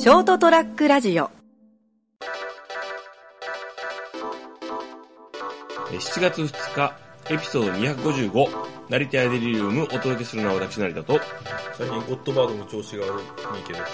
ショートトラックラジオ 7月2日エピソード255成田屋デリリウムお届けするのは私成田と最近ゴッドバードの調子が悪い三池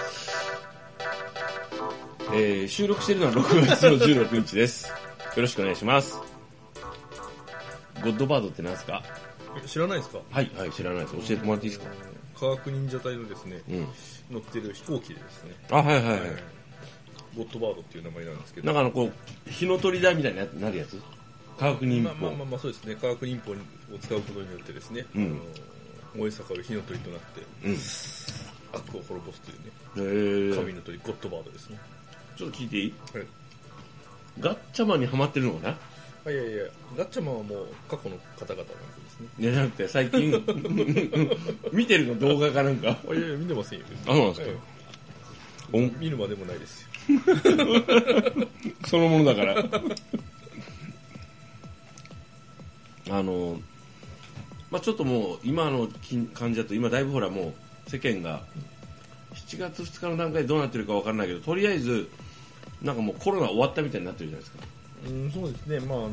です。 収録しているのは6月の16日です。よろしくお願いします。ゴッドバードって何ですか？ 知らないですか？ はいはい、知らないです。教えてもらっていいですか？ 科学忍者隊のですね、乗ってる飛行機でですね、 あ、はいはいはい、 ゴッドバードっていう名前なんですけど、 なんかこう火の鳥だみたいになるやつ、科学忍法、 まあそうですね、科学忍法を使うことによってですね、燃え盛る火の鳥となって、悪を滅ぼすというね、神の鳥ゴッドバードですね。 ちょっと聞いていい？ はい。 ガッチャマンにハマってるのかな？ いやガッチャマンはもう過去の方々なんですね。 いやじゃなくて最近見てるの動画かなんか？ いや見てませんよ。 あ、そうなんですか。 見るまでもないですよ。 そのものだからちょっともう今の感じだと今だいぶほらもう世間が7月2日の段階でどうなってるか分からないけど、とりあえずなんかもうコロナ終わったみたいになってるじゃないですか。 そうですね。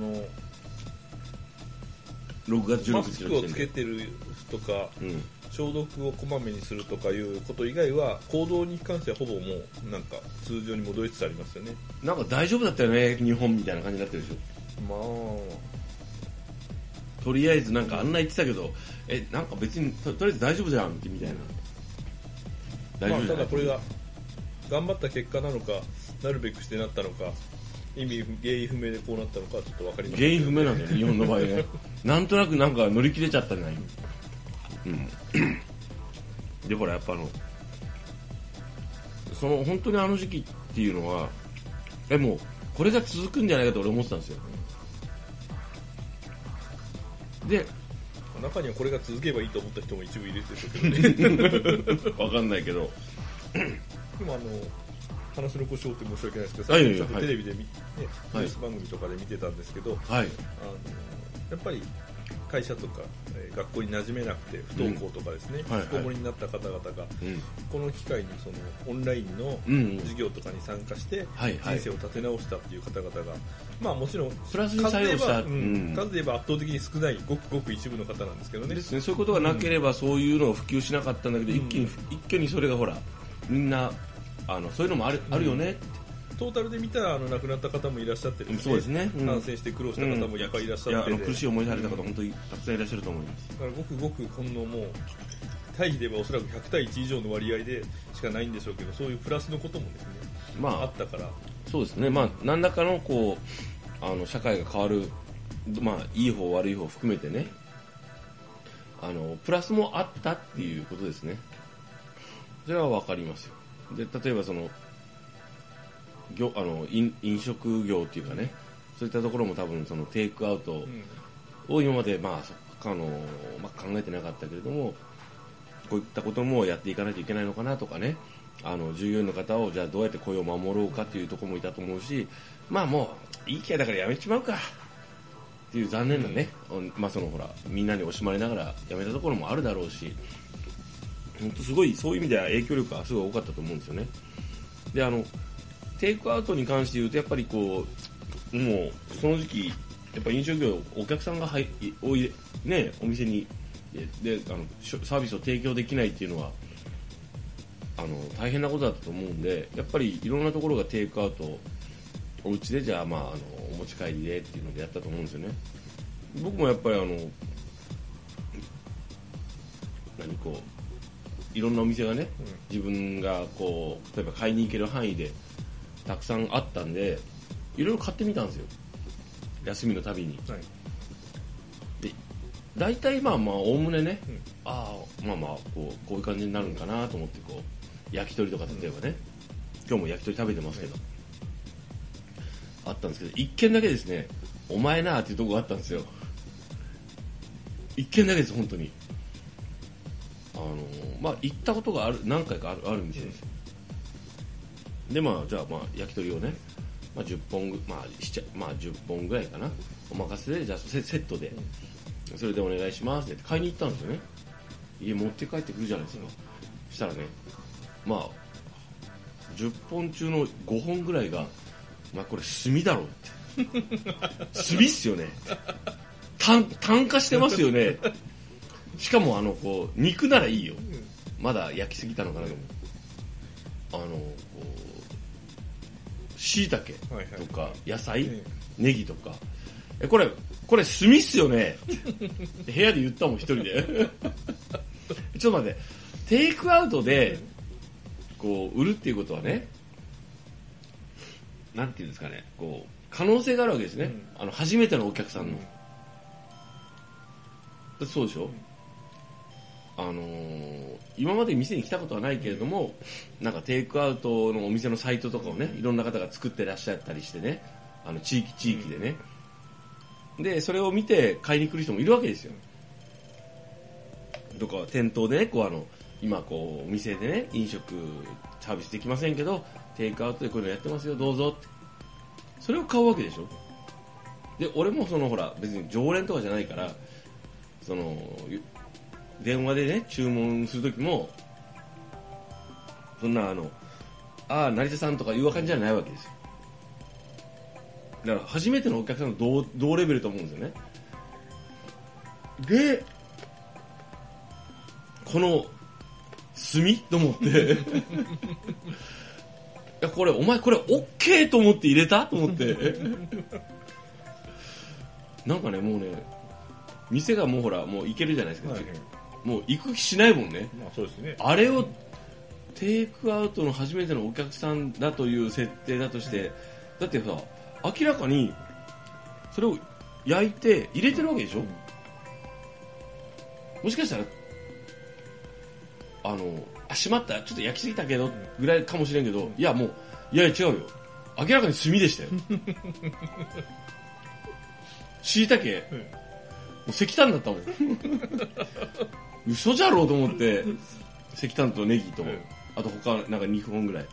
6月16日のマスクをつけてるとか、消毒をこまめにするとかいうこと以外は行動に関してはほぼもうなんか通常に戻りつつありますよね。 なんか大丈夫だったよね日本みたいな感じになってるでしょ。 とりあえずなんかあんな言ってたけど、なんか別に とりあえず大丈夫じゃんみたいな。 ただこれが頑張った結果なのか、なるべくしてなったのか、原因不明でこうなったのかはちょっと分かりません。 原因不明なんだよ日本の場合ねなんとなくなんか乗り切れちゃったんじゃないの。でほらやっぱその本当にあの時期っていうのはもうこれが続くんじゃないかと俺思ってたんですよ。で中にはこれが続けばいいと思った人も一部いるでしょうけどね分かんないけどでも話の故障って申し訳ないですけど、最近ちょっとテレビでニュース番組とかで見てたんですけど、やっぱり会社とか学校に馴染めなくて不登校とかですね、引きこもりになった方々が、この機会にそのオンラインの授業とかに参加して人生を立て直したっていう方々が、もちろんプラスに作用した、 数で言えば圧倒的に少ないごくごく一部の方なんですけどね。 ですね。そういうことがなければそういうのを普及しなかったんだけど、一挙にそれがほらみんなそういうのもあるよね。 トータルで見たら亡くなった方もいらっしゃってるんで、 そうですね、 感染して苦労した方もいっぱいいらっしゃって、 苦しい思いされた方本当にたくさんいらっしゃると思います。 だからごくごくほんのもう対比ではおそらく100対1以上の割合でしかないんでしょうけど、そういうプラスのこともですね、あったから。 そうですね。何らかのこう社会が変わる、いい方悪い方含めてね、プラスもあったっていうことですね。それは分かりますよ。で例えばその飲食業っていうかね、そういったところも多分そのテイクアウトを今まで考えてなかったけれども、こういったこともやっていかないといけないのかなとかね、従業員の方をじゃあどうやって雇用を守ろうかっていうところもいたと思うし、もういい機会だからやめちまうかっていう残念なね、そのほらみんなに惜しまれながらやめたところもあるだろうし、本当すごいそういう意味では影響力がすごい多かったと思うんですよね。でテイクアウトに関して言うとやっぱりこうもうその時期やっぱ飲食業お客さんが多いね、お店にでサービスを提供できないっていうのは大変なことだったと思うんで、やっぱりいろんなところがテイクアウトお家でじゃあお持ち帰りでっていうのでやったと思うんですよね。僕もやっぱりいろんなお店がね、自分がこう例えば買いに行ける範囲でたくさんあったんで、いろいろ買ってみたんですよ、休みのたびに。で大体おおむねね、こういう感じになるのかなと思ってこう焼き鳥とか例えばね、今日も焼き鳥食べてますけど、あったんですけど、一軒だけですね、お前なーっていうとこがあったんですよ。一軒だけです本当に。行ったことが何回かある店ですよ。でじゃあ焼き鳥をね、10本10本ぐらいかな、お任せでじゃあセットで、それでお願いしますって買いに行ったんですよね。家持って帰ってくるじゃないですか。そしたらね、 10本中の5本ぐらいがお前これ炭だろって炭っすよね、炭化してますよねしかもこう肉ならいいよ、まだ焼きすぎたのかなと思う、椎茸とか野菜、ネギとかこれ炭っすよね部屋で言ったもん一人でちょっと待って、テイクアウトでこう売るっていうことはね、なんていうんですかね、こう可能性があるわけですね、初めてのお客さんの、そうでしょ、今まで店に来たことはないけれども、なんかテイクアウトのお店のサイトとかをね、いろんな方が作ってらっしゃったりしてね、地域でね、でそれを見て買いに来る人もいるわけですよ。とか店頭でね、こう今こうお店でね、飲食サービスできませんけどテイクアウトでこういうのやってますよ、どうぞって、それを買うわけでしょ。で俺もほら別に常連とかじゃないから、電話でね注文するときもそんな成田さんとかいう感じじゃないわけですよ。だから初めてのお客さんの同レベルと思うんですよね。でこの炭と思っていやこれお前これ OK と思って入れたと思ってなんかね、もうね店がもうほらもう行けるじゃないですか、はい、もう行く気しないもんね、 まあそうですね、 あれをテイクアウトの初めてのお客さんだという設定だとして、だってさ明らかにそれを焼いて入れてるわけでしょ、もしかしたらしまったちょっと焼きすぎたけどぐらいかもしれんけど、いやもういや違うよ、明らかに炭でしたよ椎茸、もう石炭だったもん嘘じゃろうと思って石炭とネギと、あと他なんか2本ぐらい、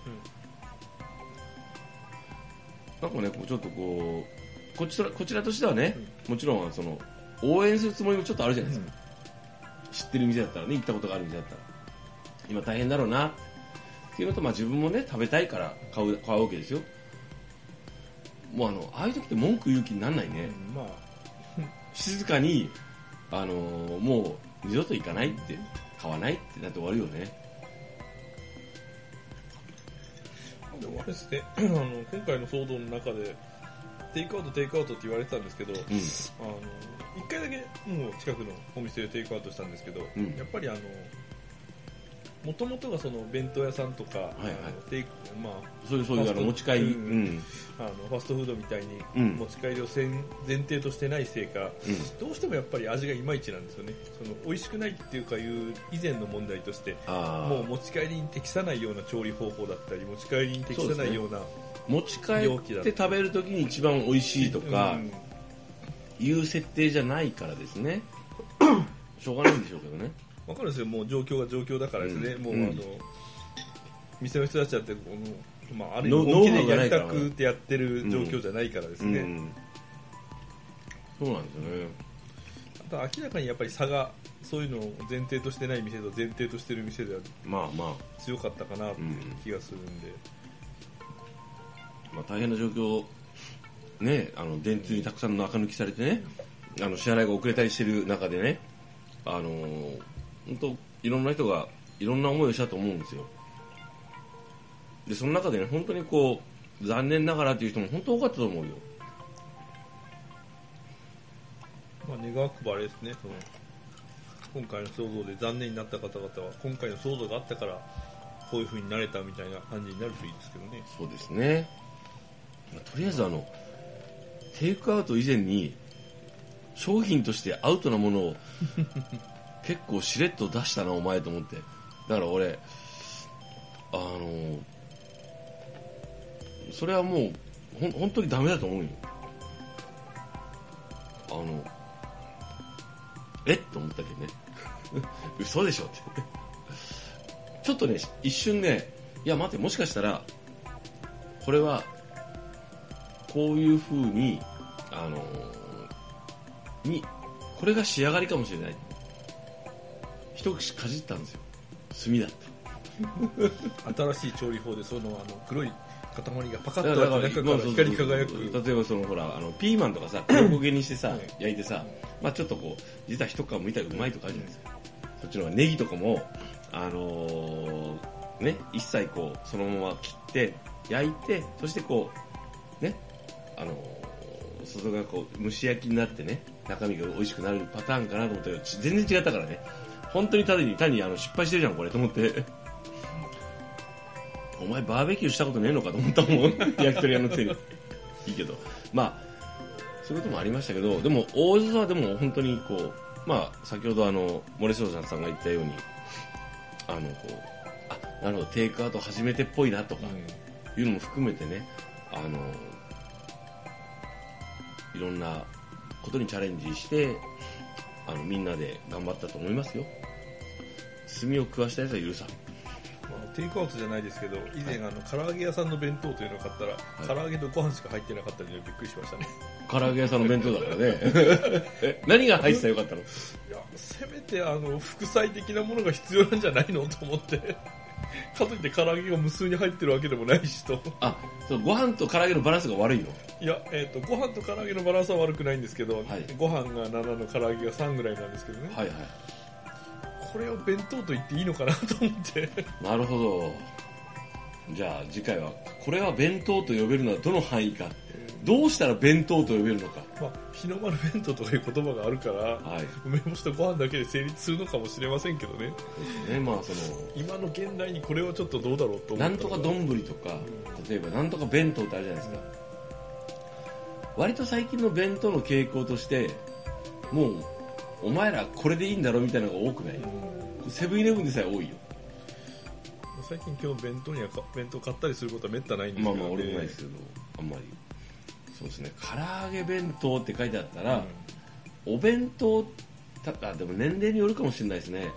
なんかねこうちょっとこうこちらとしてはね、もちろん応援するつもりもちょっとあるじゃないですか、知ってる店だったらね、行ったことがある店だったら今大変だろうなっていうのと、自分もね食べたいから買うわけですよ。もうああいう時って文句言う気にならないね、静かにもう二度と行かないって買わないってなって終わるよね。 でもあれですね今回の騒動の中でテイクアウトって言われてたんですけど、一回だけもう近くのお店でテイクアウトしたんですけど、やっぱりもともとがその弁当屋さんとか、 そういう持ち帰り、 ファストフードみたいに持ち帰りを前提としてないせいか、どうしてもやっぱり味がいまいちなんですよね。美味しくないっていうかいう以前の問題として、もう持ち帰りに適さないような調理方法だったり、持ち帰りに適さないような持ち帰って食べるときに一番美味しいとかいう設定じゃないからですねしょうがないんでしょうけどね。 わかるんですよ、もう状況が状況だからですね、もう店の人たちだってある意味本気でやりたくってやってる状況じゃないからですね、 そうなんですよね。 あと明らかにやっぱり差がそういうのを前提としてない店と前提としてる店では強かったかなっていう気がするんで、 大変な状況ね、電通にたくさんの垢抜きされてね、支払いが遅れたりしてる中でね、本当いろんな人がいろんな思いをしたと思うんですよ。でその中でね、本当にこう残念ながらっていう人も本当多かったと思うよ。 願わくばあれですね、今回の騒動で残念になった方々は今回の騒動があったからこういう風になれたみたいな感じになるといいですけどね。 そうですね、とりあえずテイクアウト以前に商品としてアウトなものを結構しれっと出したなお前と思って、だから俺それはもう本当にダメだと思うよ。と思ったけどね嘘でしょってちょっとね一瞬ね、いや待って、もしかしたらこれはこういう風にこれが仕上がりかもしれない、一口かじったんですよ。炭だった新しい調理法で黒い塊がパカッと中から光り輝く。 例えばほらピーマンとかさ黒焦げにしてさ焼いてさ、まあちょっとこう実は一皮むいたらうまいとかあるじゃないですか。そっちのネギとかもね一切こうそのまま切って焼いて、そしてこうね外がこう蒸し焼きになってね中身が美味しくなるパターンかなと思ったけど全然違ったからね。本当に単に失敗してるじゃんこれと思ってお前バーベキューしたことねえのかと思ったもん焼き鳥屋のせいでいいけど、まあそういうこともありましたけど、でも大津はでも本当にこうまあ先ほどモレソーさんが言ったようにこうなるほどテイクアウト初めてっぽいなとかいうのも含めてねいろんなことにチャレンジしてみんなで頑張ったと思いますよ。炭を食わしたやつは許さん。 テイクアウトじゃないですけど、以前唐揚げ屋さんの弁当というのを買ったら、唐揚げとご飯しか入ってなかったのでびっくりしましたね。 唐揚げ屋さんの弁当だからね何が入ってたらよかったの？いやせめて副菜的なものが必要なんじゃないのと思ってかといって唐揚げが無数に入ってるわけでもないしと。 そうご飯と唐揚げのバランスが悪いの？ いや、ご飯と唐揚げのバランスは悪くないんですけど、はい、ご飯が7の唐揚げが3ぐらいなんですけどね。はいはい。これを弁当と言っていいのかなと思ってなるほど。じゃあ次回はこれは弁当と呼べるのはどの範囲か、どうしたら弁当と呼べるのか。 日の丸弁当とかいう言葉があるから、はい、梅干しとご飯だけで成立するのかもしれませんけどね。 ね、 今の現代にこれはちょっとどうだろうと思った。 なんとか丼とか、例えばなんとか弁当ってあるじゃないですか。割と最近の弁当の傾向としてもうお前らこれでいいんだろみたいなのが多くない？セブンイレブンでさえ多いよ。 最近今日弁当買ったりすることはめったないんですけど、 まあ俺もないですけど、あんまり。そうですね、唐揚げ弁当って書いてあったら、お弁当でも年齢によるかもしれないですね。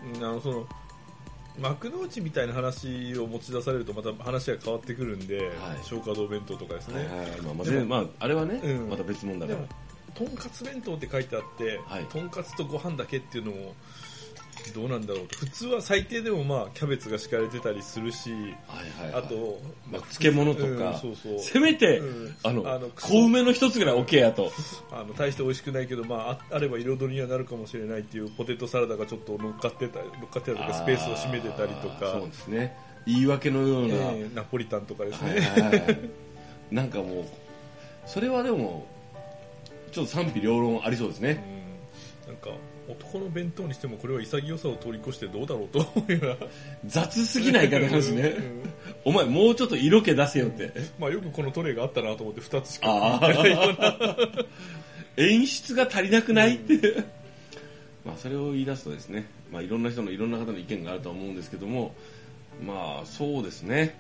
幕の内みたいな話を持ち出されるとまた話が変わってくるんで、松花堂弁当とかですね。 あれはね、また別物だから。 とんかつ弁当って書いてあって、とんかつとご飯だけっていうのもどうなんだろうと。普通は最低でもキャベツが敷かれてたりするし、あと、 漬物とか、せめて、小梅の一つぐらい OK やと。 大して美味しくないけど、あれば彩りにはなるかもしれないっていうポテトサラダがちょっと乗っかってたりとか、スペースを占めてたりとか。 そうですね。言い訳のような。 ナポリタンとかですね。 なんかもう、それはでも、ちょっと賛否両論ありそうですね。 なんか男の弁当にしてもこれは潔さを通り越してどうだろうと思うような。 雑すぎないかって話ね。お前もうちょっと色気出せよって。 よくこのトレイがあったなと思って2つしか見ないような。 演出が足りなくないってそれを言い出すとですね、いろんな人のいろんな方の意見があると思うんですけども、そうですね、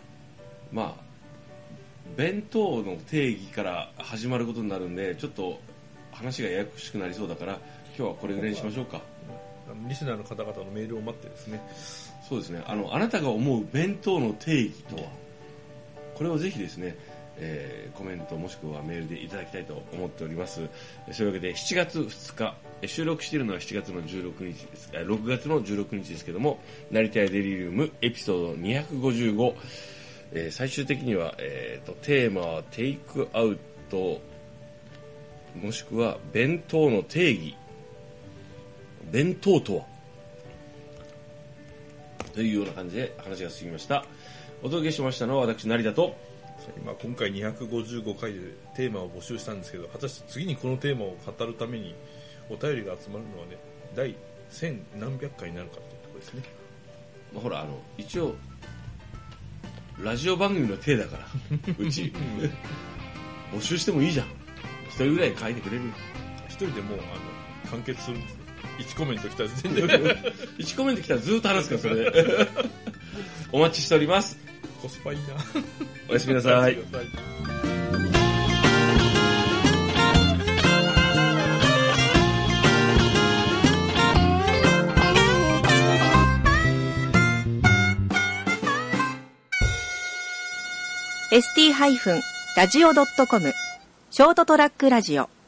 弁当の定義から始まることになるんでちょっと話がややこしくなりそうだから今日はこれぐらいにしましょうか。 リスナーの方々のメールを待ってですね。 そうですね、あなたが思う弁当の定義とは、これをぜひですね、コメントもしくはメールでいただきたいと思っております。そういうわけで7月2日収録しているのは7月の16日です。6月の16日ですけども、成田屋デリリウムエピソード255、最終的には、テーマはテイクアウトもしくは弁当の定義、弁当とはというような感じで話が進みました。お届けしましたのは私成田と、 今回255回でテーマを募集したんですけど、果たして次にこのテーマを語るためにお便りが集まるのはね、第1000何百回になるかというところですね。 ほら一応ラジオ番組の体だからうち募集してもいいじゃん。一人ぐらい書いてくれる。 一人でもう完結するんですね。1コメント来たら全然 1コメント来たらずっと話すからそれでお待ちしております。 コスパいいな。 おやすみなさい。 ST-radio.com ショートトラックラジオ